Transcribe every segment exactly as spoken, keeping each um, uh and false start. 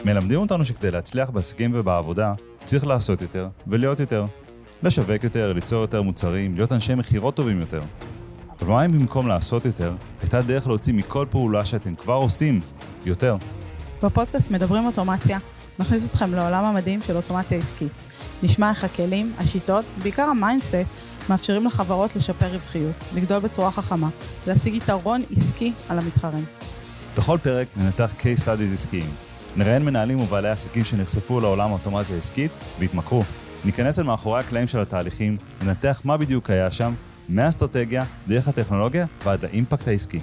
מלמדים אותנו שכדי להצליח בעסקים ובעבודה, צריך לעשות יותר ולהיות יותר. לשווק יותר, ליצור יותר מוצרים, להיות אנשי מחירות טובים יותר. אבל מה אם במקום לעשות יותר, הייתה דרך להוציא מכל פעולה שאתם כבר עושים יותר? בפודקאסט מדברים אוטומציה. נכניס אתכם לעולם המדהים של אוטומציה עסקית. נשמע איך הכלים, השיטות, בעיקר המיינדסט, מאפשרים לחברות לשפר רווחיות, לגדול בצורה חכמה, להשיג יתרון עסקי על המתחרים. בכל פרק ננתח case studies עסקיים. נראיין מנהלים ובעלי עסקים שנחשפו לעולם האוטומציה העסקית והתמכרו. ניכנס אל מאחורי הקלעים של התהליכים, ננתח מה בדיוק היה שם, מהאסטרטגיה, דרך הטכנולוגיה ועד לאימפקט העסקי.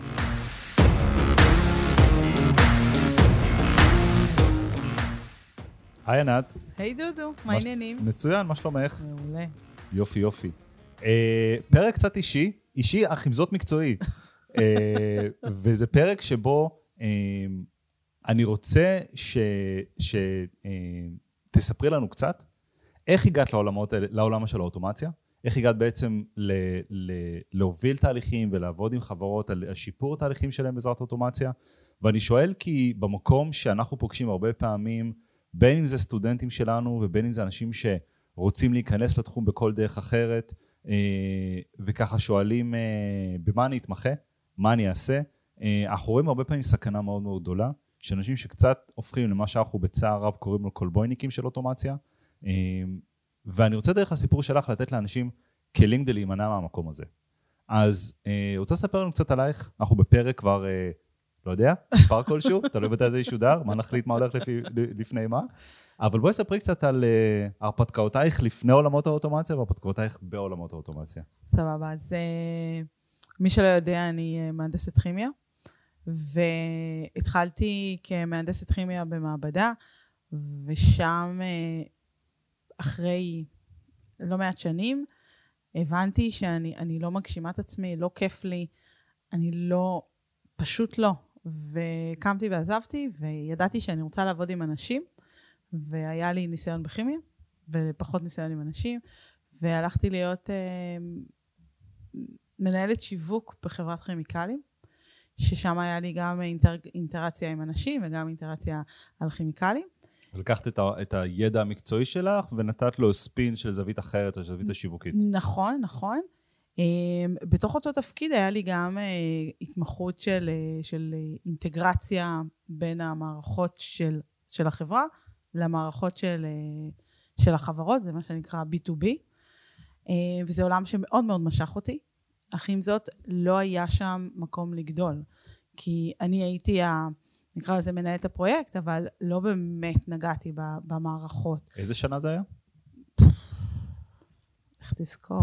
היי ענת. היי דודו, מה העניינים? מצוין, מה שלומך? מעולה. יופי יופי. אה, פרק קצת אישי, אישי אך עם זאת מקצועי. אה, וזה פרק שבו אה, אני רוצה ש, ש, אה, תספרי לנו קצת, איך הגעת לעולמות, לעולם של האוטומציה? איך הגעת בעצם ל, ל, להוביל תהליכים ולעבוד עם חברות על השיפור התהליכים שלהם בעזרת אוטומציה? ואני שואל כי במקום שאנחנו פוגשים הרבה פעמים, בין אם זה סטודנטים שלנו ובין אם זה אנשים שרוצים להיכנס לתחום בכל דרך אחרת, וככה שואלים במה אני אתמחה, מה אני אעשה, אנחנו רואים הרבה פעמים סכנה מאוד מאוד גדולה, שאנשים שקצת הופכים למה שאנחנו בצער רב קוראים לו קולבויניקים של אוטומציה, ואני רוצה דרך הסיפור שלך לתת לאנשים כלים כדי להימנע מהמקום הזה. אז רוצה לספר לנו קצת עלייך, אנחנו בפרק כבר, לא יודע, מספר כלשהו, תלוי מתי זה ישודר, מה נחליט מה הולך לפי, לפני מה, אבל בואי ספרי קצת על הרפתקאותייך לפני עולמות האוטומציה והרפתקאותייך בעולמות האוטומציה. סבבה, אז מי שלא יודע, אני מהנדסת כימיה, והתחלתי כמהנדסת כימיה במעבדה, ושם אחרי לא מעט שנים, הבנתי שאני אני לא מגשימה את עצמי, לא כיף לי, אני לא, פשוט לא. וקמתי ועזבתי, וידעתי שאני רוצה לעבוד עם אנשים, והיה לי ניסיון בכימיה, ופחות ניסיון עם אנשים, והלכתי להיות אה, מנהלת שיווק בחברת כימיקלים, ששם היה לי גם אינטר, אינטראציה עם אנשים, וגם אינטראציה על כימיקלים. לקחת את, ה, את הידע המקצועי שלך, ונתת לו ספין של זווית אחרת, או זווית השיווקית. נכון, נכון. בתוך אותו תפקיד היה לי גם התמחות של, של אינטגרציה בין המערכות של, של החברה, למערכות של, של החברות, זה מה שנקרא בי טו בי, וזה עולם שמאוד מאוד משך אותי, אך עם זאת לא היה שם מקום לגדול, כי אני הייתי ה... נקרא לזה מנהלת הפרויקט, אבל לא באמת נגעתי במערכות. איזה שנה זה היה? איך תזכור?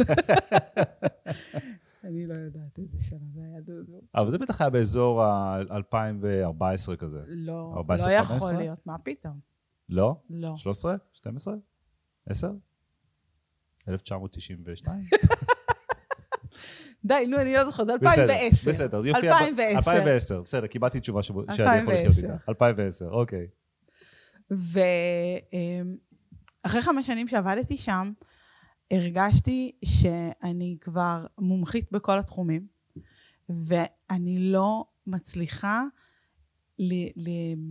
אני לא יודעת איזה שנה זה היה דודו. אבל זה בטח היה באזור ה-אלפיים וארבע עשרה כזה. לא, לא יכול להיות. מה פתאום? לא? לא. שלוש עשרה? שתים עשרה? עשר? אלף תשע מאות תשעים ושתיים? די, נו, אני לא זוכרת, אלפיים ועשר. בסדר, אז יופי. אלפיים ועשר. אלפיים ועשר, בסדר, קיבלתי תשובה שאני יכול לחיות איתה. אלפיים ועשר, אוקיי. ואחרי חמש שנים שעבדתי שם, הרגשתי שאני כבר מומחית בכל התחומים, ואני לא מצליחה ל... ל...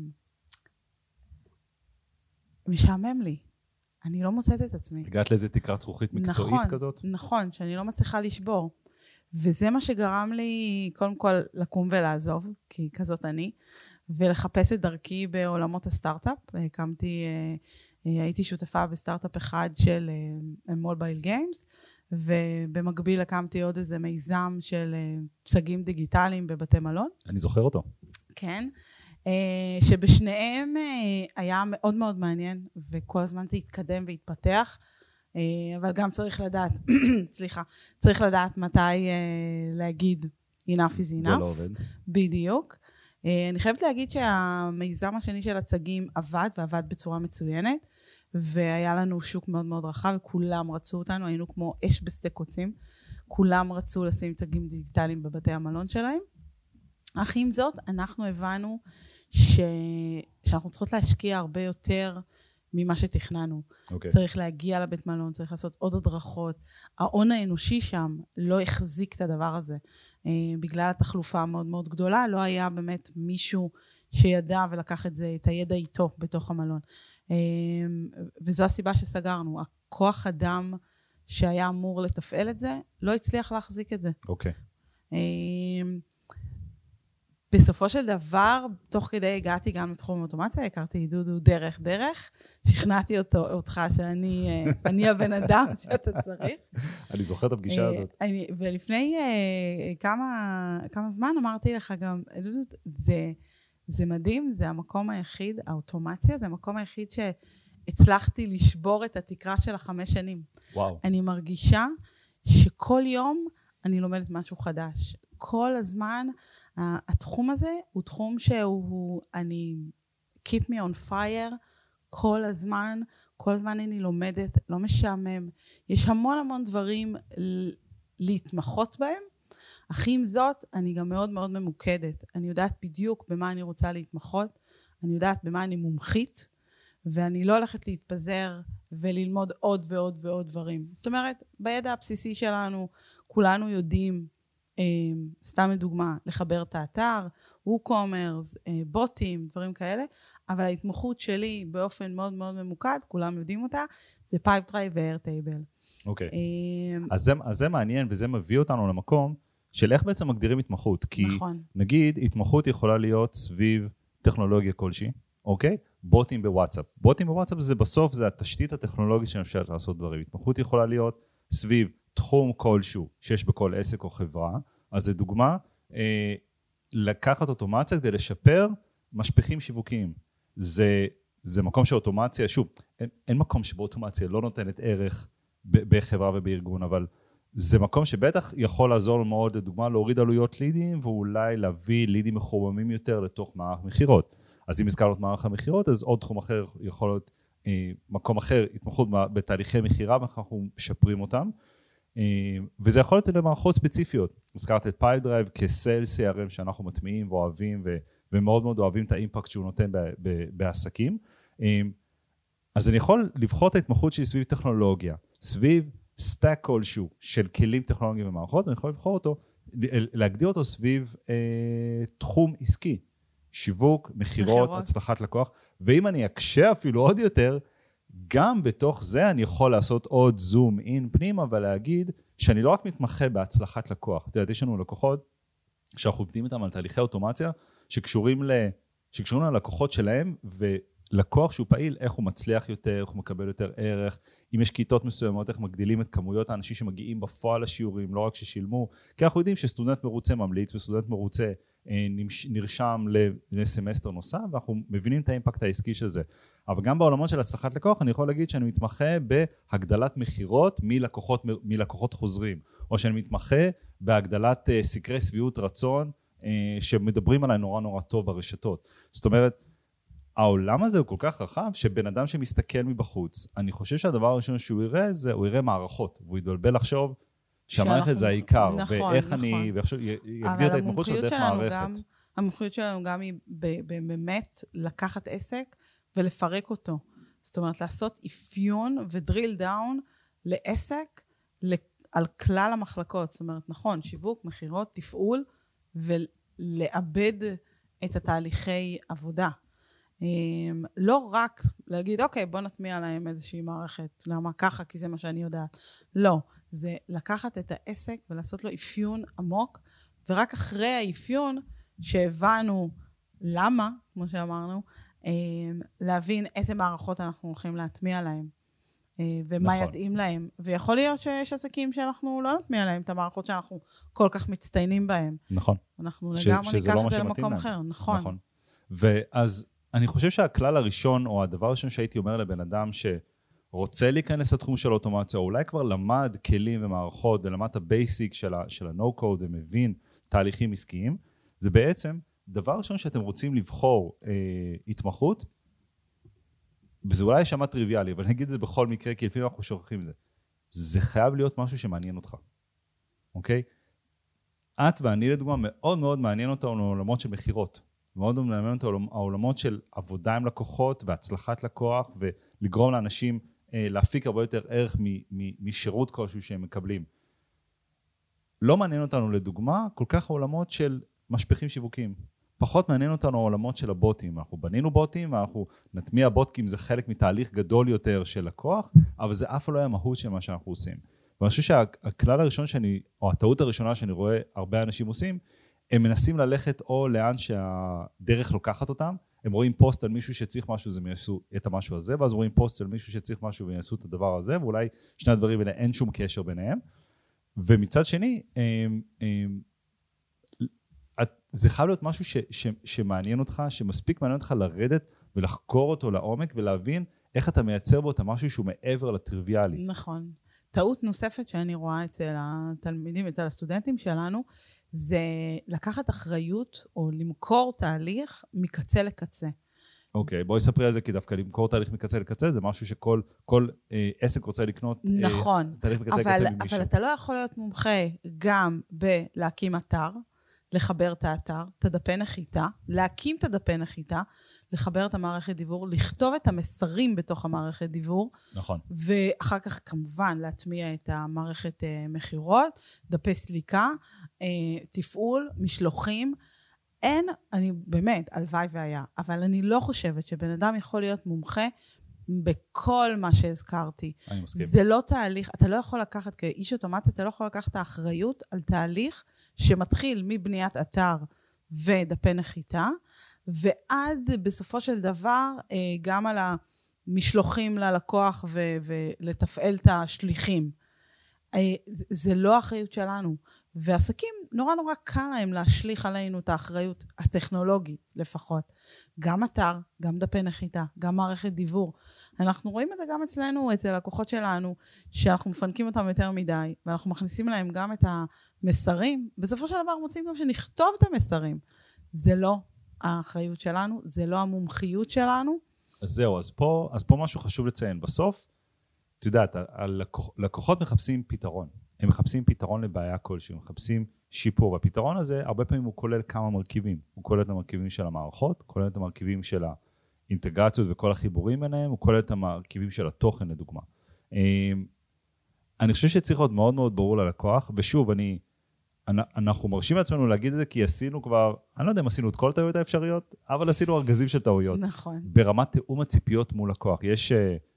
משעמם לי. אני לא מוצאת את עצמי. הגעת לאיזה תקרת זכוכית מקצועית נכון, כזאת? נכון, שאני לא מצליחה לשבור. וזה מה שגרם לי, קודם כל, לקום ולעזוב, כי כזאת אני, ולחפש את דרכי בעולמות הסטארט-אפ. הקמתי, הייתי שותפה בסטארט-אפ אחד של מובייל גיימס, ובמקביל הקמתי עוד איזה מיזם של פסגים דיגיטליים בבתי מלון. אני זוכר אותו. כן. שבשניהם היה מאוד מאוד מעניין, וכל הזמן זה התקדם והתפתח, אבל גם צריך לדעת, סליחה, צריך לדעת מתי להגיד enough is enough. זה לא עובד. בדיוק. אני חייבת להגיד שהמיזם השני של הצגים עבד, ועבד בצורה מצוינת, והיה לנו שוק מאוד מאוד רחב, וכולם רצו אותנו, היינו כמו אש בשדה קוצים, כולם רצו לשים צגים דיגיטליים בבתי המלון שלהם. אך עם זאת, אנחנו הבנו ש... שאנחנו צריכות להשקיע הרבה יותר ממה שתכננו. Okay. צריך להגיע לבית מלון, צריך לעשות עוד הדרכות. ההון האנושי שם לא החזיק את הדבר הזה. בגלל התחלופה המאוד מאוד גדולה, לא היה באמת מישהו שידע ולקח את זה, את הידע איתו בתוך המלון. וזו הסיבה שסגרנו. הכוח אדם שהיה אמור לתפעל את זה, לא הצליח להחזיק את זה. אוקיי. Okay. בסופו של דבר, תוך כדי הגעתי גם לתחום האוטומציה, הכרתי דודו דרך דרך, שכנעתי אותו, אותך שאני אני הבן אדם שאתה צריך. אני זוכר את הפגישה הזאת. אני, ולפני כמה, כמה זמן אמרתי לך גם, דודו, זה, זה מדהים, זה המקום היחיד, האוטומציה, זה המקום היחיד שהצלחתי לשבור את התקרה של החמש שנים. וואו. אני מרגישה שכל יום אני לומדת משהו חדש. כל הזמן, התחום הזה הוא תחום שהוא, אני, keep me on fire, כל הזמן, כל הזמן אני לומדת, לא משעמם. יש המון המון דברים להתמחות בהם, אך עם זאת, אני גם מאוד מאוד ממוקדת. אני יודעת בדיוק במה אני רוצה להתמחות, אני יודעת במה אני מומחית, ואני לא הולכת להתפזר וללמוד עוד ועוד ועוד דברים. זאת אומרת, בידע הבסיסי שלנו, כולנו יודעים, אה, סתם לדוגמה, לחבר את האתר, ווקומרס, אה, בוטים, דברים כאלה, אבל ההתמחות שלי באופן מאוד מאוד ממוקד, כולם יודעים אותה, זה פייפדרייב ואיירטייבל. אוקיי. אז זה, אז זה מעניין, וזה מביא אותנו למקום של איך בעצם מגדירים התמחות. כי נכון. נגיד, התמחות יכולה להיות סביב טכנולוגיה כלשהי, אוקיי? בוטים בוואטסאפ. בוטים בוואטסאפ זה בסוף, זה התשתית הטכנולוגית שאפשר לעשות דברים. התמחות יכולה להיות סביב תחום כלשהו שיש בכל עסק או חברה. אז זה דוגמה, אה, לקחת אוטומציה כדי לשפר משפחים שיווקיים. זה, זה מקום שאוטומציה, שוב, אין, אין מקום שבו אוטומציה לא נותנת ערך ב- בחברה ובארגון, אבל זה מקום שבטח יכול לעזור מאוד, לדוגמה, להוריד עלויות לידים, ואולי להביא לידים מחוממים יותר לתוך מערך מחירות. אז אם הזכרנו את מערך המחירות, אז עוד תחום אחר יכול להיות אה, מקום אחר, התמחות בתהליכי מחירה, ואנחנו משפרים אותם. אה, וזה יכול להיות למערכות ספציפיות. הזכרת את פייפדרייב כסייל סי אר אם שאנחנו מטמיעים ואוהבים, ו, ומאוד מאוד אוהבים את האימפקט שהוא נותן ב, ב, בעסקים. אה, אז אני יכול לבחור את ההתמחות שלי סביב טכנולוגיה, סביב סטאק כלשהו של כלים טכנולוגיים ומערכות, אני יכול לבחור אותו, להגדיר אותו סביב אה, תחום עסקי. שיווק, מחירות, הצלחת לקוח, ואם אני אקשה אפילו עוד יותר, גם בתוך זה אני יכול לעשות עוד זום אין פנימה, ולהגיד שאני לא רק מתמחה בהצלחת לקוח. אתה יודע, יש לנו לקוחות שאנחנו עובדים איתם על תהליכי אוטומציה, שקשורים, ל, שקשורים ללקוחות שלהם, ולקוח שהוא פעיל, איך הוא מצליח יותר, איך הוא מקבל יותר ערך, אם יש כיתות מסוימות, איך מגדילים את כמויות האנשים שמגיעים בפועל לשיעורים, לא רק ששילמו, כי אנחנו יודעים שסטודנט מרוצה ממליץ, וסטודנט מרוצה נרשם לסמסטר נוסף, ואנחנו מבינים את האימפקט העסקי של זה. אבל גם בעולמות של הצלחת לקוח, אני יכול להגיד שאני מתמחה בהגדלת מחירות מלקוחות, מלקוחות חוזרים, או שאני מתמחה בהגדלת סקרי שביעות רצון, שמדברים עליי נורא נורא טוב ברשתות. זאת אומרת, העולם הזה הוא כל כך רחב, שבן אדם שמסתכל מבחוץ, אני חושב שהדבר הראשון שהוא יראה זה, הוא יראה מערכות, והוא יתבלבל לחשוב, שהמערכת זה העיקר, נכון, ואיך נכון. אני, ואיך יגדיר את ההתמחות שלו דרך מערכת. גם, המומחיות שלנו גם היא באמת לקחת עסק ולפרק אותו. זאת אומרת, לעשות אפיון ודריל דאון לעסק על כלל המחלקות. זאת אומרת, נכון, שיווק, מחירות, תפעול, ולאבד את התהליכי עבודה. לא רק להגיד, אוקיי, בוא נטמיע להם איזושהי מערכת. למה? ככה, כי זה מה שאני יודעת. לא. זה לקחת את העסק ולעשות לו אפיון עמוק, ורק אחרי האפיון שהבנו למה, כמו שאמרנו, להבין איזה מערכות אנחנו הולכים להטמיע להם, ומה נכון. יתאים להם. ויכול להיות שיש עסקים שאנחנו לא נטמיע להם את המערכות שאנחנו כל כך מצטיינים בהם. נכון. אנחנו לגמרי ש- ניקח לא את זה למקום אחר. נכון. נכון. ואז אני חושב שהכלל הראשון, או הדבר הראשון שהייתי אומר לבן אדם ש... רוצה להיכנס לתחום של אוטומציה, או אולי כבר למד כלים ומערכות, ולמד את הבייסיק של ה-no-code, ומבין תהליכים עסקיים, זה בעצם דבר ראשון שאתם רוצים לבחור אה, התמחות, וזה אולי שמע טריוויאלי, אבל נגיד את זה בכל מקרה, כי לפעמים אנחנו שוכחים את זה. זה חייב להיות משהו שמעניין אותך, אוקיי? את ואני לדוגמה מאוד מאוד מעניין אותנו העולמות של מחירות, מאוד מאוד מעניין אותנו העולמות של עבודה עם לקוחות, והצלחת לקוח, ולגרום לאנשים להפיק הרבה יותר ערך משירות כלשהו שהם מקבלים. לא מעניין אותנו לדוגמה כל כך העולמות של משפחים שיווקיים. פחות מעניין אותנו העולמות של הבוטים. אנחנו בנינו בוטים, ואנחנו נטמיע בוטים, זה חלק מתהליך גדול יותר של לקוח, אבל זה אף לא היה מהות של מה שאנחנו עושים. ואני חושב שהכלל הראשון שאני, או הטעות הראשונה שאני רואה הרבה אנשים עושים, הם מנסים ללכת או לאן שהדרך לוקחת אותם, הם רואים פוסט על מישהו שצריך משהו, אז הם יעשו את המשהו הזה, ואז רואים פוסט על מישהו שצריך משהו ויעשו את הדבר הזה, ואולי שני הדברים האלה אין שום קשר ביניהם. ומצד שני, הם, הם, זה חייב להיות משהו ש, ש, שמעניין אותך, שמספיק מעניין אותך לרדת ולחקור אותו לעומק, ולהבין איך אתה מייצר בו את המשהו שהוא מעבר לטריוויאלי. נכון. טעות נוספת שאני רואה אצל התלמידים, אצל הסטודנטים שלנו, זה לקחת אחריות או למכור תהליך מקצה לקצה. אוקיי, בואי ספרי על זה, כי דווקא למכור תהליך מקצה לקצה, זה משהו שכל כל, אה, עסק רוצה לקנות נכון, אה, תהליך מקצה אבל, לקצה ממישהו. אבל אתה לא יכול להיות מומחה גם בלהקים אתר, לחבר את האתר, את הדפי נחיתה, להקים את הדפי נחיתה, לחבר את המערכת דיבור, לכתוב את המסרים בתוך המערכת דיבור. נכון. ואחר כך כמובן להטמיע את המערכת מחירות, דפי סליקה, תפעול, משלוחים. אין, אני באמת, הלוואי והיה, אבל אני לא חושבת שבן אדם יכול להיות מומחה בכל מה שהזכרתי. אני מסכים. זה לא תהליך, אתה לא יכול לקחת כאיש אוטומציה, אתה לא יכול לקחת את האחריות על תהליך שמתחיל מבניית אתר ודפי נחיתה, ועד בסופו של דבר גם על המשלוחים ללקוח ולתפעל את השליחים. זה לא האחריות שלנו. ועסקים נורא נורא קל להם להשליך עלינו את האחריות הטכנולוגית לפחות. גם אתר, גם דפי נחיתה, גם מערכת דיבור. אנחנו רואים את זה גם אצלנו, אצל הלקוחות שלנו, שאנחנו מפנקים אותם יותר מדי, ואנחנו מכניסים להם גם את המסרים. בסופו של דבר מוצאים גם שנכתוב את המסרים. זה לא האחריות שלנו, זה לא המומחיות שלנו. אז זהו, אז פה, אז פה משהו חשוב לציין. בסוף, את יודעת, הלקוחות מחפשים פתרון. הם מחפשים פתרון לבעיה כלשהו, הם מחפשים שיפור. והפתרון הזה, הרבה פעמים הוא כולל כמה מרכיבים. הוא כולל את המרכיבים של המערכות, כולל את המרכיבים של האינטגרציות וכל החיבורים ביניהם, הוא כולל את המרכיבים של התוכן, לדוגמה. אני חושב שצריך להיות מאוד מאוד ברור ללקוח, ושוב, אני, אנחנו מרשים לעצמנו להגיד את זה, כי עשינו כבר, אני לא יודע אם עשינו את כל הטעויות האפשריות, אבל עשינו ארגזים של טעויות. נכון. ברמת תאום הציפיות מול לקוח. יש,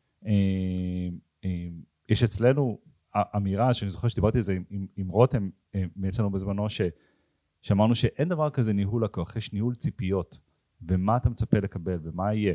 יש אצלנו, האמירה שאני זוכר שדיברתי על זה עם, עם, עם רותם מאצלנו בזמנו, ש, שאמרנו שאין דבר כזה ניהול לקוח, יש ניהול ציפיות, ומה אתה מצפה לקבל, ומה יהיה.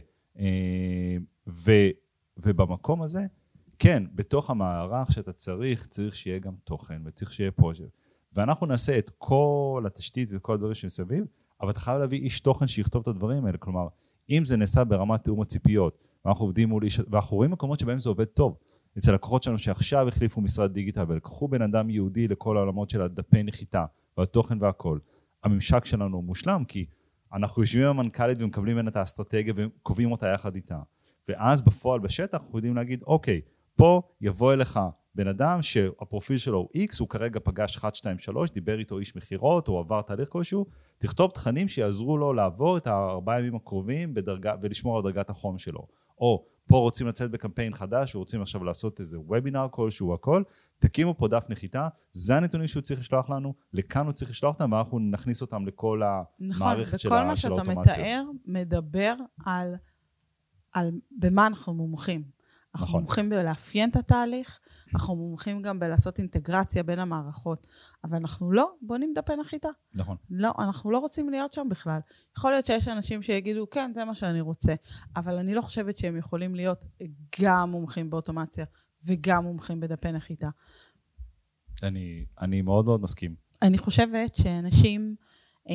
ו, ובמקום הזה, כן, בתוך המערך שאתה צריך, צריך שיהיה גם תוכן, וצריך שיהיה פרוג'קט. ואנחנו נעשה את כל התשתית וכל הדברים שמסביב, אבל אתה חייב להביא איש תוכן שיכתוב את הדברים האלה. כלומר, אם זה נעשה ברמת תאום הציפיות, ואנחנו עובדים מול איש, ואנחנו רואים מקומות שבהם זה עובד טוב, אצל לקוחות שלנו שעכשיו החליפו משרד דיגיטל ולקחו בן אדם יהודי לכל העולמות של הדפי נחיתה והתוכן והכל. הממשק שלנו הוא מושלם כי אנחנו יושבים עם המנכ"לית ומקבלים ממנה את האסטרטגיה וקובעים אותה יחד איתה. ואז בפועל בשטח אנחנו יודעים להגיד, אוקיי, פה יבוא אליך בן אדם שהפרופיל שלו הוא X, הוא כרגע פגש אחת, שתיים, שלוש, דיבר איתו איש מחירות, הוא עבר תהליך כלשהו, תכתוב תכנים שיעזרו לו לעבור את הארבעה ימים הקרובים בדרגה, ולשמור על דרגת החום שלו. או פה רוצים לצאת בקמפיין חדש, ורוצים עכשיו לעשות איזה וובינר כלשהו, הכל, תקימו פה דף נחיתה, זה הנתונים שהוא צריך לשלוח לנו, לכאן הוא צריך לשלוח אותם, ואנחנו נכניס אותם לכל המערכת של האוטומציה. נכון, וכל מה שאתה מתאר מדבר על, על במה אנחנו מומחים. אנחנו נכון. מומחים בלאפיין את התהליך, אנחנו מומחים גם בלעשות אינטגרציה בין המערכות, אבל אנחנו לא בונים דפי נחיתה. נכון. לא, אנחנו לא רוצים להיות שם בכלל. יכול להיות שיש אנשים שיגידו, כן, זה מה שאני רוצה, אבל אני לא חושבת שהם יכולים להיות גם מומחים באוטומציה, וגם מומחים בדפי נחיתה. אני, אני מאוד מאוד מסכים. אני חושבת שאנשים אה,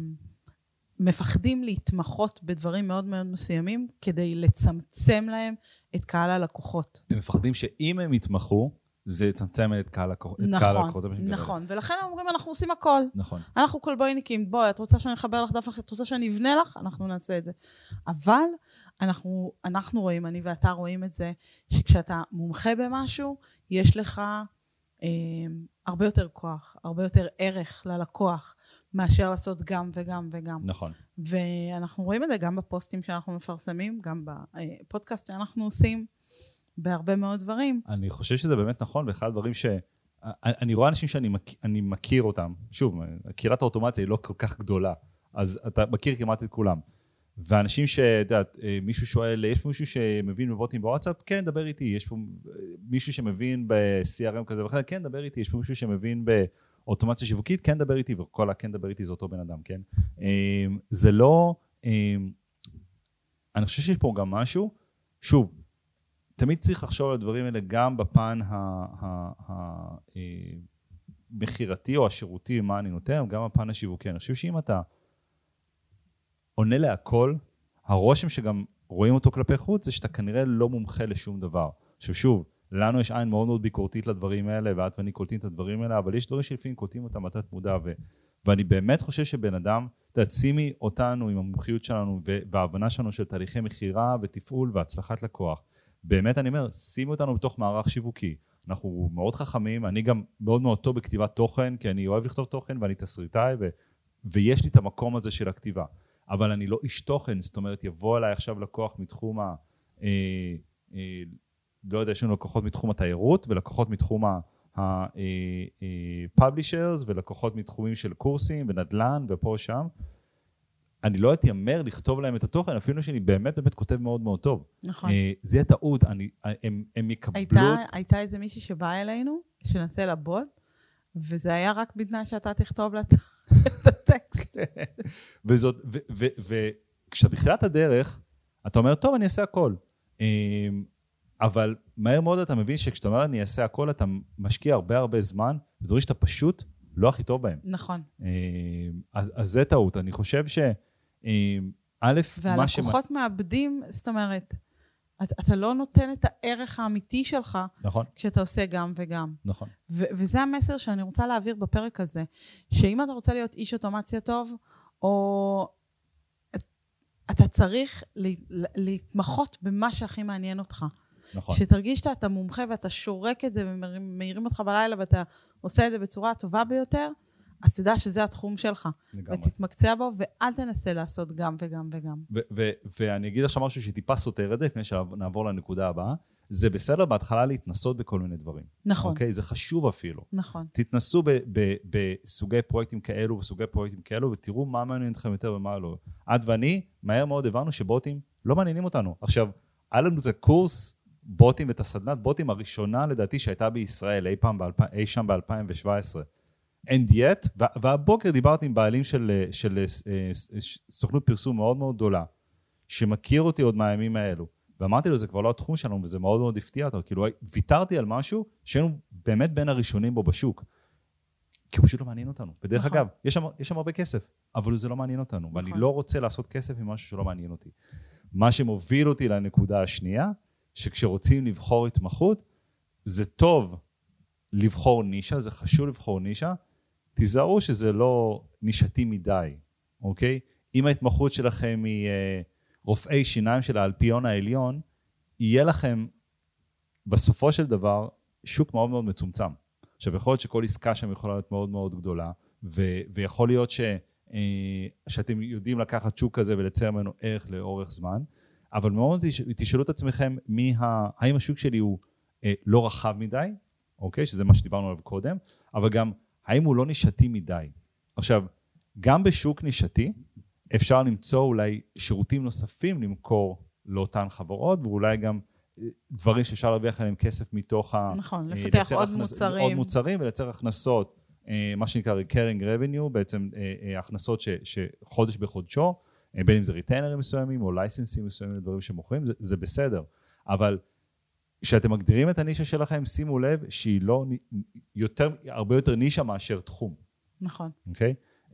מפחדים להתמחות בדברים מאוד מאוד מסוימים, כדי לצמצם להם את קהל הלקוחות. הם מפחדים שאם הם יתמחו, זה יצמצם את קהל הלקוחות. נכון, נכון. ולכן הם אומרים, אנחנו עושים הכל. נכון. אנחנו כל בויניקים, בואי, את רוצה שאני אחבר לך דף, את רוצה שאני אבנה לך? אנחנו נעשה את זה. אבל אנחנו, אנחנו רואים, אני ואתה רואים את זה, שכשאתה מומחה במשהו, יש לך אה, הרבה יותר כוח, הרבה יותר ערך ללקוח, מאשר לעשות גם וגם וגם. נכון. ואנחנו רואים את זה גם בפוסטים שאנחנו מפרסמים, גם בפודקאסט שאנחנו עושים, בהרבה מאוד דברים. אני חושב שזה באמת נכון, ואחד הדברים ש... אני רואה אנשים שאני מכיר, אני מכיר אותם, שוב, קהילת האוטומציה היא לא כל כך גדולה, אז אתה מכיר כמעט את כולם. ואנשים שדעת, מישהו שואל, יש פה מישהו שמבין בבוטים בוואטסאפ? כן, דבר איתי. יש פה מישהו שמבין ב-סי אר אם כזה ואחר? כן, דבר איתי. יש פה מישהו שמבין באוטומציה שיווקית? כן, דבר איתי. וכל הכן דבר איתי זה אותו בן אדם, כן? זה לא... אני חושב שיש פה גם משהו, שוב, תמיד צריך לחשוב על הדברים האלה גם בפן המחירתי או השירותי, מה אני נותן, גם בפן השיווקי. אני חושב שאם אתה עונה להכל, הרושם שגם רואים אותו כלפי חוץ, זה שאתה כנראה לא מומחה לשום דבר. עכשיו שוב, לנו יש עין מאוד מאוד ביקורתית לדברים האלה, ואת ואני קולטים את הדברים האלה, אבל יש דברים שלפעמים קולטים אותם בתת מודע, ו... ואני באמת חושב שבן אדם, תשימי אותנו עם המומחיות שלנו, וההבנה שלנו של תהליכי מחירה ותפעול והצלחת לקוח. באמת אני אומר, שימי אותנו בתוך מערך שיווקי. אנחנו מאוד חכמים, אני גם מאוד מאוד טוב בכתיבת תוכן, כי אני אוהב לכתוב תוכן ואני תסריטאי, ו... ויש לי את המקום הזה של הכתיבה. אבל אני לא איש תוכן, זאת אומרת, יבוא אליי עכשיו לקוח מתחום ה... אה, אה, לא יודע, יש לנו לקוחות מתחום התיירות, ולקוחות מתחום ה-publishers, ולקוחות מתחומים של קורסים, ונדל"ן, ופה שם. אני לא אתיימר לכתוב להם את התוכן, אפילו שאני באמת באמת כותב מאוד מאוד טוב. נכון. זה יהיה טעות, הם, הם יקבלו... הייתה, הייתה איזה מישהי שבאה אלינו, שנסה לבוד, וזה היה רק בתנאי שאתה תכתוב לה את הטקסט. וזאת, וכשאתה בתחילת הדרך, אתה אומר, טוב, אני אעשה הכל. אבל מהר מאוד אתה מבין שכשאתה אומר, אני אעשה הכל, אתה משקיע הרבה הרבה זמן, ודברים שאתה פשוט לא הכי טוב בהם. נכון. אז, אז זה טעות. אני חושב ש... א', מה ש... והלקוחות מאבדים, זאת אומרת, אתה, אתה לא נותן את הערך האמיתי שלך, נכון. כשאתה עושה גם וגם. נכון. ו- וזה המסר שאני רוצה להעביר בפרק הזה, שאם אתה רוצה להיות איש אוטומציה טוב, או אתה צריך להתמחות במה שהכי מעניין אותך. נכון. שתרגיש שאתה מומחה ואתה שורק את זה ומאירים אותך בלילה ואתה עושה את זה בצורה הטובה ביותר, אז תדע שזה התחום שלך. לגמרי. ותתמקצע בו ואל תנסה לעשות גם וגם וגם. ו- ו- ואני אגיד עכשיו משהו שטיפה סותר את זה, לפני שנעבור לנקודה הבאה, זה בסדר בהתחלה להתנסות בכל מיני דברים. נכון. אוקיי? זה חשוב אפילו. נכון. תתנסו ב- ב- בסוגי פרויקטים כאלו וסוגי פרויקטים כאלו, ותראו מה מעניין אתכם יותר ומה לא. עד ואני, מהר מאוד הבנו שבוטים לא מעניינים אותנו. עכשיו, היה לנו את הקורס בוטים ואת הסדנת בוטים הראשונה לדעתי שהייתה בישראל, אי פעם, אי שם ב-אלפיים שבע עשרה. And yet, והבוקר דיברתי עם בעלים של, של סוכנות פרסום מאוד מאוד גדולה, שמכיר אותי עוד מהימים האלו, ואמרתי לו, זה כבר לא התחום שלנו, וזה מאוד מאוד הפתיע אותו, כאילו ויתרתי על משהו שהיינו באמת בין הראשונים בו בשוק, כי הוא פשוט לא מעניין אותנו. בדרך נכון. אגב, יש שם, יש שם הרבה כסף, אבל זה לא מעניין אותנו, נכון. ואני לא רוצה לעשות כסף עם משהו שלא מעניין אותי. מה שמוביל אותי לנקודה השנייה, שכשרוצים לבחור התמחות, זה טוב לבחור נישה, זה חשוב לבחור נישה, תיזהרו שזה לא נישתי מדי, אוקיי? אם ההתמחות שלכם היא אה, רופאי שיניים של האלפיון העליון, יהיה לכם בסופו של דבר שוק מאוד מאוד מצומצם. עכשיו יכול להיות שכל עסקה שם יכולה להיות מאוד מאוד גדולה, ו- ויכול להיות ש- אה, שאתם יודעים לקחת שוק כזה ולצייר ממנו ערך לאורך זמן, אבל מאוד תשאלו את עצמכם, מה, האם השוק שלי הוא אה, לא רחב מדי, אוקיי? שזה מה שדיברנו עליו קודם, אבל גם האם הוא לא נישתי מדי. עכשיו, גם בשוק נישתי, אפשר למצוא אולי שירותים נוספים למכור לאותן חברות, ואולי גם דברים שאפשר להרוויח עליהם כסף מתוך ה... נכון, לפתח עוד הכנס... מוצרים. עוד מוצרים ולייצר הכנסות, מה שנקרא recurring revenue, בעצם הכנסות ש... שחודש בחודשו, בין אם זה ריטיינרים מסוימים או לייסנסים מסוימים לדברים שמוכרים, זה, זה בסדר. אבל כשאתם מגדירים את הנישה שלכם, שימו לב שהיא לא יותר, הרבה יותר נישה מאשר תחום. נכון. אוקיי?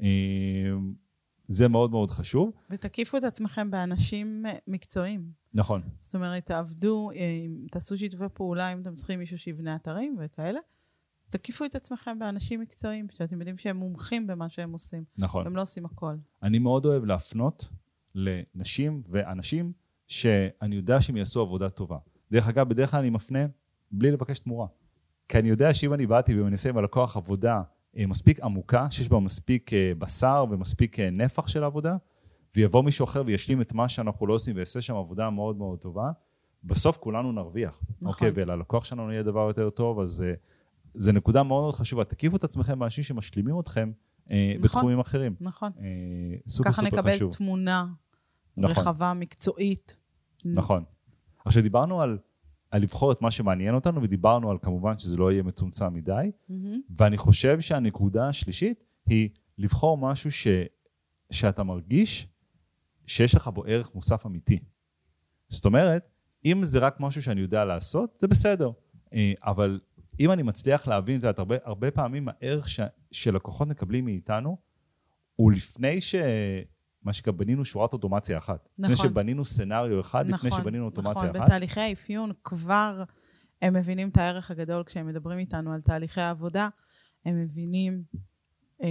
זה מאוד מאוד חשוב. ותקיפו את עצמכם באנשים מקצועיים. נכון. זאת אומרת, תעבדו, תעשו שיתופי פעולה, אם אתם צריכים מישהו שיבנה אתרים וכאלה, תקיפו את עצמכם באנשים מקצועיים, שאתם יודעים שהם מומחים במה שהם עושים. נכון. הם לא עושים הכל. אני מאוד אוהב להפנות לנשים ואנשים שאני יודע שהם יעשו עבודה טובה. דרך אגב, בדרך כלל אני מפנה בלי לבקש תמורה. כי אני יודע שאם אני באתי ומנסה עם הלקוח עבודה מספיק עמוקה, שיש בה מספיק בשר ומספיק נפח של עבודה, ויבוא מישהו אחר וישלים את מה שאנחנו לא עושים ויעשה שם עבודה מאוד מאוד טובה, בסוף כולנו נרוויח. נכון. אוקיי, וללקוח שלנו יהיה דבר יותר טוב, אז זה נקודה מאוד מאוד חשובה. תקיפו את עצמכם באנשים שמשלימים אתכם נכון, בתחומים אחרים. נכון. סופר ככה סופר נקבל חשוב. תמונה נכון. רחבה, מקצועית. נכון. עכשיו דיברנו על, על לבחור את מה שמעניין אותנו, ודיברנו על כמובן שזה לא יהיה מצומצם מדי, mm-hmm. ואני חושב שהנקודה השלישית היא לבחור משהו ש, שאתה מרגיש שיש לך בו ערך מוסף אמיתי. זאת אומרת, אם זה רק משהו שאני יודע לעשות, זה בסדר. אבל אם אני מצליח להבין, את הרבה, הרבה פעמים הערך ש, שלקוחות מקבלים מאיתנו, הוא לפני ש... מה שגם בנינו שורת אוטומציה אחת. נכון. לפני שבנינו סנריו אחד, נכון, לפני שבנינו אוטומציה נכון. אחת. נכון, בתהליכי האפיון כבר הם מבינים את הערך הגדול, כשהם מדברים איתנו על תהליכי העבודה, הם מבינים אה,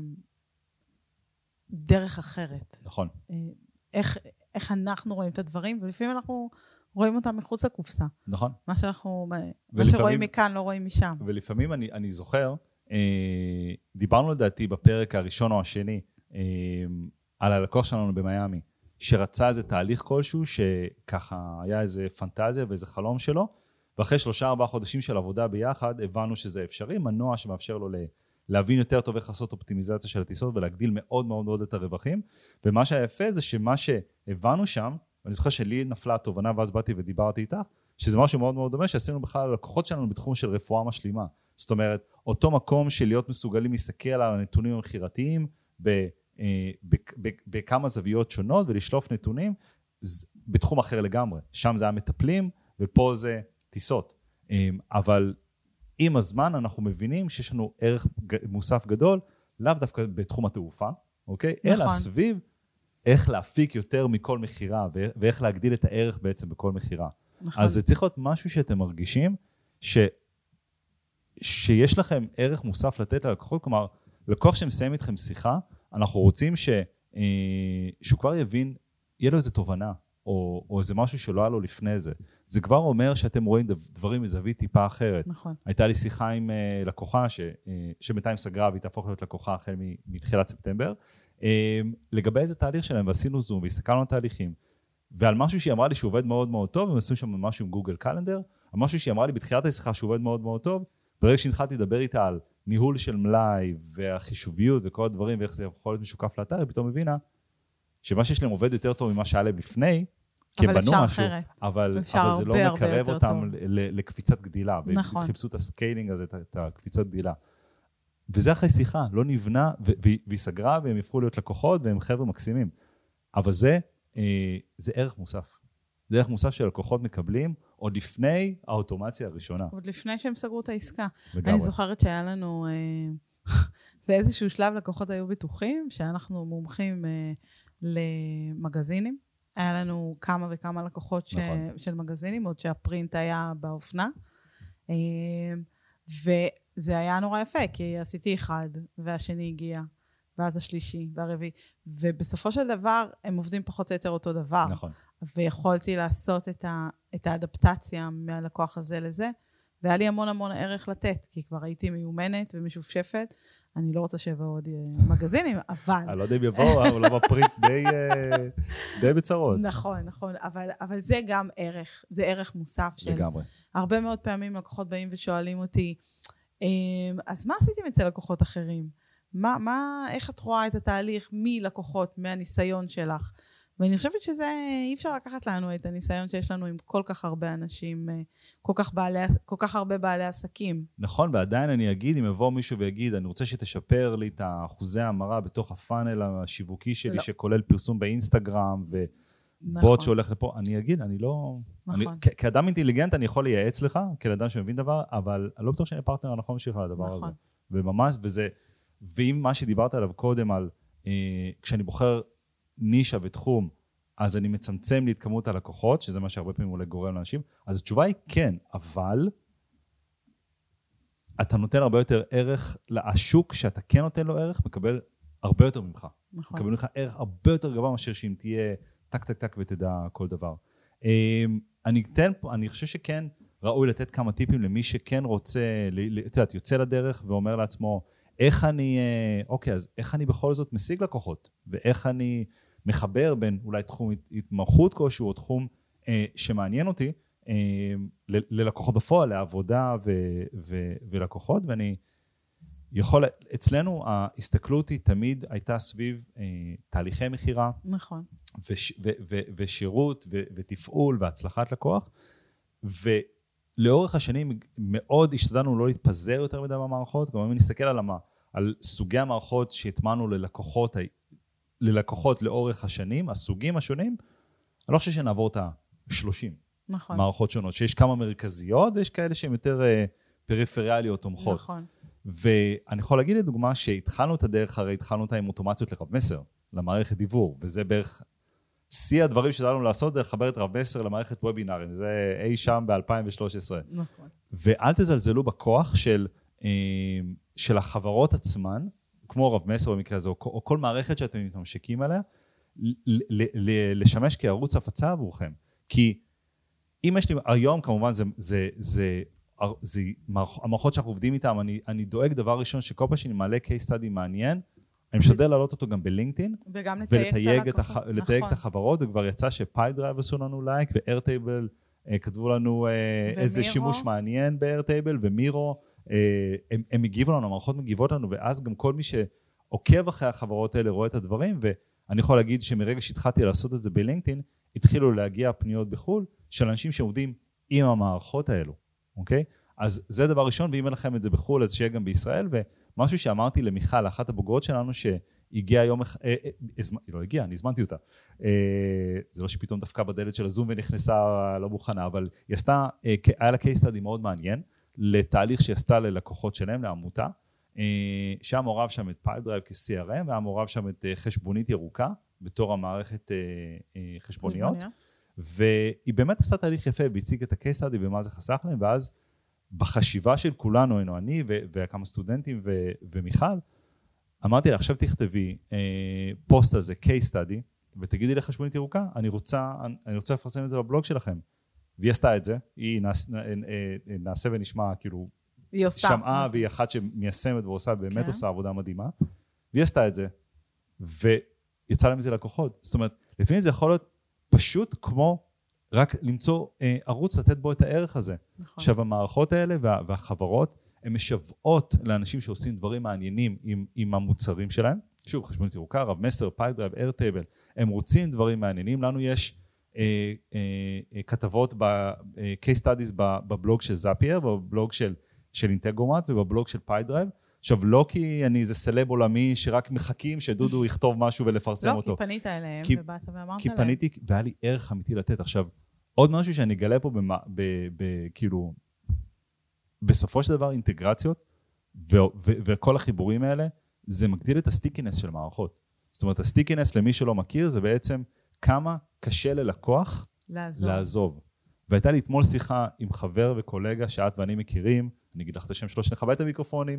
דרך אחרת. נכון. אה, איך, איך אנחנו רואים את הדברים, ולפעמים אנחנו רואים אותם מחוץ לקופסה. נכון. מה שאנחנו, מה שרואים מכאן לא רואים משם. ולפעמים אני, אני זוכר, אה, דיברנו לדעתי בפרק הראשון או השני, אה, על הלקוח שלנו במיימי, שרצה איזה תהליך כלשהו, שככה היה איזה פנטזיה ואיזה חלום שלו, ואחרי שלושה ארבעה חודשים של עבודה ביחד, הבנו שזה אפשרי, מנוע שמאפשר לו להבין יותר טוב איך לעשות אופטימיזציה של הטיסות, ולהגדיל מאוד מאוד מאוד את הרווחים, ומה שהיפה זה שמה שהבנו שם, ואני זוכר שלי נפלה התובנה, ואז באתי ודיברתי איתך, שזה משהו מאוד מאוד דומה, שעשינו בכלל לקוחות שלנו בתחום של רפואה משלימה. זאת אומרת, אותו מקום של להיות מסוגלים להסתכל על הנתונים המחירתיים, ב בכמה זוויות שונות ולשלוף נתונים בתחום אחר לגמרי. שם זה היה מטפלים ופה זה טיסות. אבל עם הזמן אנחנו מבינים שיש לנו ערך מוסף גדול, לאו דווקא בתחום התעופה, אוקיי? נכון. אלא סביב איך להפיק יותר מכל מחירה ואיך להגדיל את הערך בעצם בכל מחירה. נכון. אז זה צריך להיות משהו שאתם מרגישים ש... שיש לכם ערך מוסף לתת ללקוחות, כלומר, לקוח שמסיים איתכם שיחה, אנחנו רוצים ש, אה, שהוא כבר יבין, יהיה לו איזו תובנה, או, או איזה משהו שלא היה לו לפני זה. זה כבר אומר שאתם רואים דברים מזווית טיפה אחרת. נכון. הייתה לי שיחה עם אה, לקוחה, ש, אה, שבינתיים סגרה, והיא תהפוך להיות לקוחה החל מתחילת ספטמבר, אה, לגבי איזה תהליך שלהם, ועשינו זום, והסתכלנו על תהליכים, ועל משהו שהיא אמרה לי שהוא עובד מאוד מאוד טוב, הם עשו שם משהו עם גוגל קלנדר, על משהו שהיא אמרה לי בתחילת השיחה שהוא עובד מאוד מאוד טוב, ברגע שהתחלתי לדבר איתה על ניהול של מלאי והחישוביות וכל הדברים ואיך זה יכול להיות משוקף לאתר, היא פתאום מבינה שמה שיש להם עובד יותר טוב ממה שהיה להם לפני, כי הם בנו משהו, אבל, אבל זה לא מקרב אותם לקפיצת גדילה, נכון. וחיפשו את הסקיילינג הזה, את הקפיצת גדילה. וזה אחרי שיחה, לא נבנה, והיא סגרה והם יפכו להיות לקוחות והם חבר'ה מקסימים. אבל זה, זה ערך מוסף. זה ערך מוסף שלקוחות מקבלים, עוד לפני האוטומציה הראשונה. עוד לפני שהם סגרו את העסקה. לגמרי. אני זוכרת שהיה לנו, אה, באיזשהו שלב לקוחות היו בטוחים, שאנחנו מומחים אה, למגזינים. היה לנו כמה וכמה לקוחות נכון. ש, של מגזינים, עוד שהפרינט היה באופנה. אה, וזה היה נורא יפה, כי עשיתי אחד, והשני הגיע, ואז השלישי, והרביעי. ובסופו של דבר, הם עובדים פחות או יותר אותו דבר. נכון. ויכולתי לעשות את, ה, את האדפטציה מהלקוח הזה לזה, והיה לי המון המון ערך לתת, כי כבר הייתי מיומנת ומשופשפת, אני לא רוצה שיבואו עוד מגזינים, אבל... אני לא יודע אם יבואו, אבל לא בפרינט די, די בצרות. נכון, נכון, אבל, אבל זה גם ערך, זה ערך מוסף של... לגמרי. הרבה מאוד פעמים לקוחות באים ושואלים אותי, אז מה עשיתם אצל לקוחות אחרים? מה, מה, איך את רואה את התהליך מלקוחות, מהניסיון שלך? ואני חושבת שזה, אי אפשר לקחת לנו את הניסיון שיש לנו עם כל כך הרבה אנשים, כל כך, בעלי, כל כך הרבה בעלי עסקים. נכון, ועדיין אני אגיד, אם יבוא מישהו ויגיד, אני רוצה שתשפר לי את אחוזי ההמרה בתוך הפאנל השיווקי שלי, לא. שכולל פרסום באינסטגרם, ובוט נכון. שהולך לפה, אני אגיד, אני לא... נכון. אני, כ- כאדם אינטליגנט אני יכול לייעץ לך, כאדם שמבין דבר, אבל אני לא בטוח שאני פרטנר הנכון שלך לדבר נכון. הזה. וממש, וזה, ואם מה שדיברת עליו קודם, על אה, כשאני בוחר נישה ותחום, אז אני מצמצם לי את כמות הלקוחות, שזה מה שהרבה פעמים אולי גורם לאנשים, אז התשובה היא כן, אבל אתה נותן הרבה יותר ערך, השוק שאתה כן נותן לו ערך, מקבל הרבה יותר ממך. נכון. מקבל לך ערך הרבה יותר גבוה, מאשר שאם תהיה טק טק טק ותדע כל דבר. אני אתן פה, אני חושב שכן ראוי לתת כמה טיפים למי שכן רוצה, אתה יודע, יוצא לדרך ואומר לעצמו, איך אני, אוקיי, אז איך אני בכל זאת משיג לקוחות, ואיך אני מחבר בין אולי תחום התמחות כלשהו, או תחום אה, שמעניין אותי, אה, ל- ללקוחות בפועל, לעבודה ו- ו- ולקוחות, ואני יכול, אצלנו ההסתכלות היא תמיד הייתה סביב אה, תהליכי מחירה. נכון. וש, ו, ו, ושירות ו, ותפעול והצלחת לקוח, ולאורך השנים מאוד השתדלנו לא להתפזר יותר מדי במערכות, גם אם נסתכל על מה, על סוגי המערכות שהטמנו ללקוחות, ללקוחות לאורך השנים, הסוגים השונים, אני לא חושב שנעבור את ה-שלושים נכון. מערכות שונות, שיש כמה מרכזיות ויש כאלה שהן יותר uh, פריפריאליות תומכות. נכון. ואני יכול להגיד לדוגמה שהתחלנו את הדרך, הרי התחלנו אותה עם אוטומציות לרב מסר, למערכת דיוור, וזה בערך שיא הדברים שדענו לעשות, זה לחבר את רב מסר למערכת וובינארים, זה אי שם ב-אלפיים ושלוש עשרה. נכון. ואל תזלזלו בכוח של, של החברות עצמן, כמו רב מסר במקרה הזה, או, או כל מערכת שאתם מתממשקים עליה, לשמש כערוץ הפצה עבורכם. כי אם יש לי, היום כמובן זה, זה, זה, זה המערכות שאנחנו עובדים איתם, אני, אני דואג דבר ראשון שכל פעם שאני מעלה case study מעניין, אני משתדל להעלות אותו גם בלינקדאין, וגם ולתייג את, הח... נכון. את החברות, וכבר יצא שפיידרייב עשו לנו לייק, ואיירטייבל אה, כתבו לנו אה, איזה שימוש מעניין באיירטייבל, ומירו, אה, הם, הם מגיבו לנו, המערכות מגיבות לנו, ואז גם כל מי שעוקב אחרי החברות האלה רואה את הדברים, ואני יכול להגיד שמרגע שהתחלתי לעשות את זה בלינקדאין, התחילו להגיע פניות בחול, של אנשים שעובדים עם המערכות האלו, אוקיי? אז זה דבר ראשון, ואם אין לכם את זה בחול, אז שיהיה גם בישראל, ומשהו שאמרתי למיכל, אחת הבוגרות שלנו, שהגיעה יום, אה, אה, היא לא הגיעה, אני הזמנתי אותה. אה, זה לא שפתאום דפקה בדלת של הזום ונכנסה לא מוכנה, אבל היא עשתה, אה, היה לה case study מאוד מעניין, לתהליך שהיא עשתה ללקוחות שלהם, לעמותה, אה, שהיה מעורב שם את פיידרייב כ-סי אר אם, והיה מעורב שם את אה, חשבונית ירוקה, בתור המערכת אה, אה, חשבוניות, והיא באמת עשתה תהליך יפה, והציג את ה-case study ומה זה חסך להם, ואז בחשיבה של כולנו, היינו אני ו- וכמה סטודנטים ו- ומיכל, אמרתי לה, עכשיו תכתבי אה, פוסט על זה, case study, ותגידי לחשבונית ירוקה, אני רוצה, אני רוצה לפרסם את זה בבלוג שלכם. והיא עשתה את זה, היא נעש, נעשה ונשמע, כאילו, היא שמעה, והיא אחת שמיישמת ועושה, באמת כן. עושה עבודה מדהימה, והיא עשתה את זה, ויצא להם זה לקוחות. זאת אומרת, לפעמים זה יכול להיות פשוט כמו, רק למצוא אה, ערוץ לתת בו את הערך הזה. נכון. עכשיו, המערכות האלה וה, והחברות, הן משוועות לאנשים שעושים דברים מעניינים עם, עם המוצרים שלהם. שוב, חשבונית ירוקה, רב מסר, פיידרייב, איירטייבל, הם רוצים דברים מעניינים. לנו יש אה, אה, כתבות, ב, אה, case studies בבלוג של זאפייר, בבלוג של, של אינטגרומט ובבלוג של פיידרייב. עכשיו, לא כי אני איזה סלב עולמי שרק מחכים שדודו יכתוב משהו ולפרסם אותו. לא, כי פנית אליהם כי, ובאת ואמרת כי להם. כי פניתי והיה לי ערך אמיתי לתת. עכשיו, עוד משהו שאני אגלה פה, במה, ב, ב, כאילו, בסופו של דבר אינטגרציות, ו, ו, וכל החיבורים האלה, זה מגדיל את הסטיקינס של מערכות. זאת אומרת, הסטיקינס למי שלא מכיר, זה בעצם כמה קשה ללקוח לעזוב. לעזוב. והייתה לי אתמול שיחה עם חבר וקולגה שאת ואני מכירים, אני אגיד לך את השם שלו, שנכבה את המיקרופונים,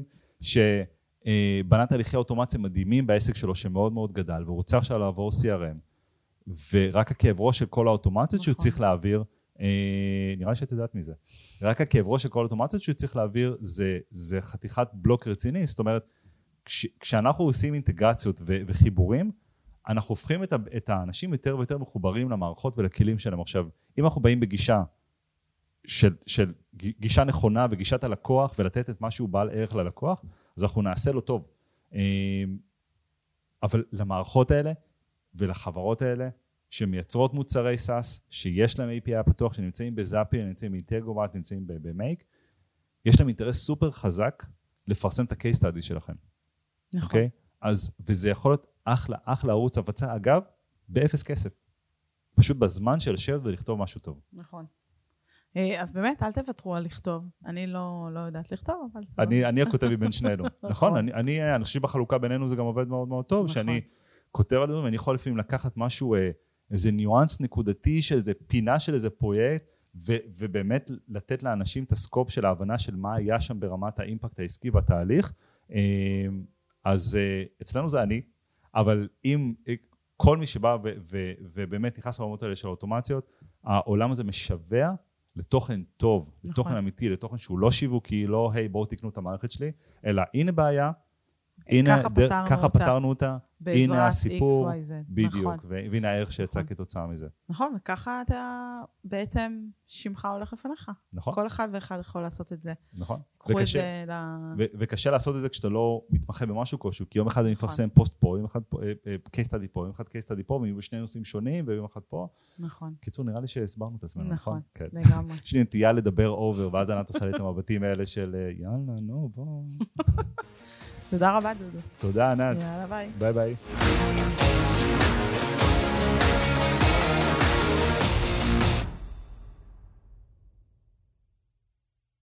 שבנה תהליכי אוטומציה מדהימים בעסק שלו, שמאוד מאוד גדל, והוא רוצה עכשיו לעבור סי אר אם, ורק הכאב ראש של כל האוטומציות שהוא צריך להעביר, נראה לי שאת יודעת מזה, רק הכאב ראש של כל האוטומציות שהוא צריך להעביר, זה, זה חתיכת בלוק רציני. זאת אומרת, כש, כשאנחנו עושים אינטגרציות ו, וחיבורים, אנחנו הופכים את, ה, את האנשים יותר ויותר מחוברים למערכות ולכלים שלהם. עכשיו, אם אנחנו באים בגישה, של, של גישה נכונה וגישת הלקוח, ולתת את משהו בעל ערך ללקוח, אז אנחנו נעשה לו טוב. אבל למערכות האלה ולחברות האלה, שמייצרות מוצרי סאס, שיש להם איי פי איי פתוח, שנמצאים בזאפי, נמצאים באינטגרומט, נמצאים במייק, יש להם אינטרס סופר חזק לפרסם את ה-case study שלכם. נכון. Okay? אז, וזה יכול להיות אחלה, אחלה ערוץ הפצה, אגב, באפס כסף. פשוט בזמן של לשבת ולכתוב משהו טוב. נכון. אז באמת, אל תוותרו על לכתוב. אני לא, לא יודעת לכתוב, אבל... אני, אני הכותב בין שנינו. נכון, אני, אני, אני חושב בחלוקה בינינו זה גם עובד מאוד מאוד טוב, שאני כותב על זה, ואני יכול לפעמים לקחת משהו, איזה ניואנס נקודתי של איזה פינה של איזה פרויקט, ו, ובאמת לתת לאנשים את הסקופ של ההבנה של מה היה שם ברמת האימפקט העסקי בתהליך. אז אצלנו זה אני, אבל אם כל מי שבא ו, ו, ובאמת נכנס לעולמות האלה של האוטומציות, העולם הזה משווה לתוכן טוב, נכון. לתוכן אמיתי, לתוכן שהוא לא שיווקי, לא היי בואו תקנו את המערכת שלי, אלא הנה בעיה, הנה, ככה דר, פתרנו ככה אותה. פתרנו אותה, בעזרת הנה הסיפור, X, Y, Z. בדיוק, נכון. והנה הערך שיצא נכון. כתוצאה מזה. נכון, וככה אתה בעצם שמך הולך לפניך. נכון. כל אחד ואחד יכול לעשות את זה. נכון. קחו את וקשה, זה ל... ו- וקשה לעשות את זה כשאתה לא מתמחה במשהו כלשהו, כי יום אחד אני נכון. מפרסם פוסט פה, יום אחד פה, אה, אה, case study פה, יום אחד case study פה, ויהיו שני נושאים שונים, ויום אחד פה. נכון. קיצור, נראה לי שהסברנו את עצמנו, נכון, נכון? כן. לגמרי. יש לי נטייה לדבר אובר, ואז ענת עושה לי את המבטים האלה של אה, יאללה, נו, בוא. תודה רבה, דודו. תודה, ענת. יאללה, ביי. ביי ביי.